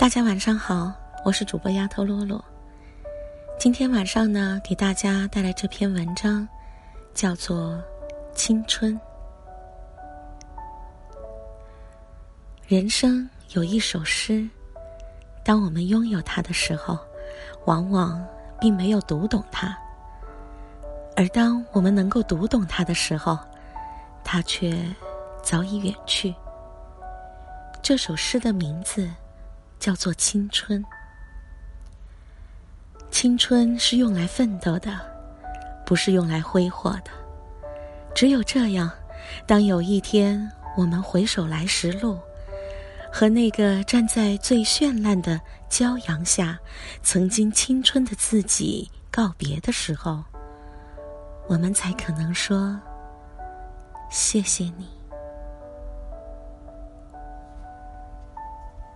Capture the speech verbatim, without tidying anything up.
大家晚上好，我是主播丫头洛洛。今天晚上呢，给大家带来这篇文章，叫做《青春》。人生有一首诗，当我们拥有它的时候，往往并没有读懂它；而当我们能够读懂它的时候，它却早已远去。这首诗的名字叫做青春。青春是用来奋斗的，不是用来挥霍的。只有这样，当有一天我们回首来时路，和那个站在最绚烂的骄阳下曾经青春的自己告别的时候，我们才可能说谢谢你。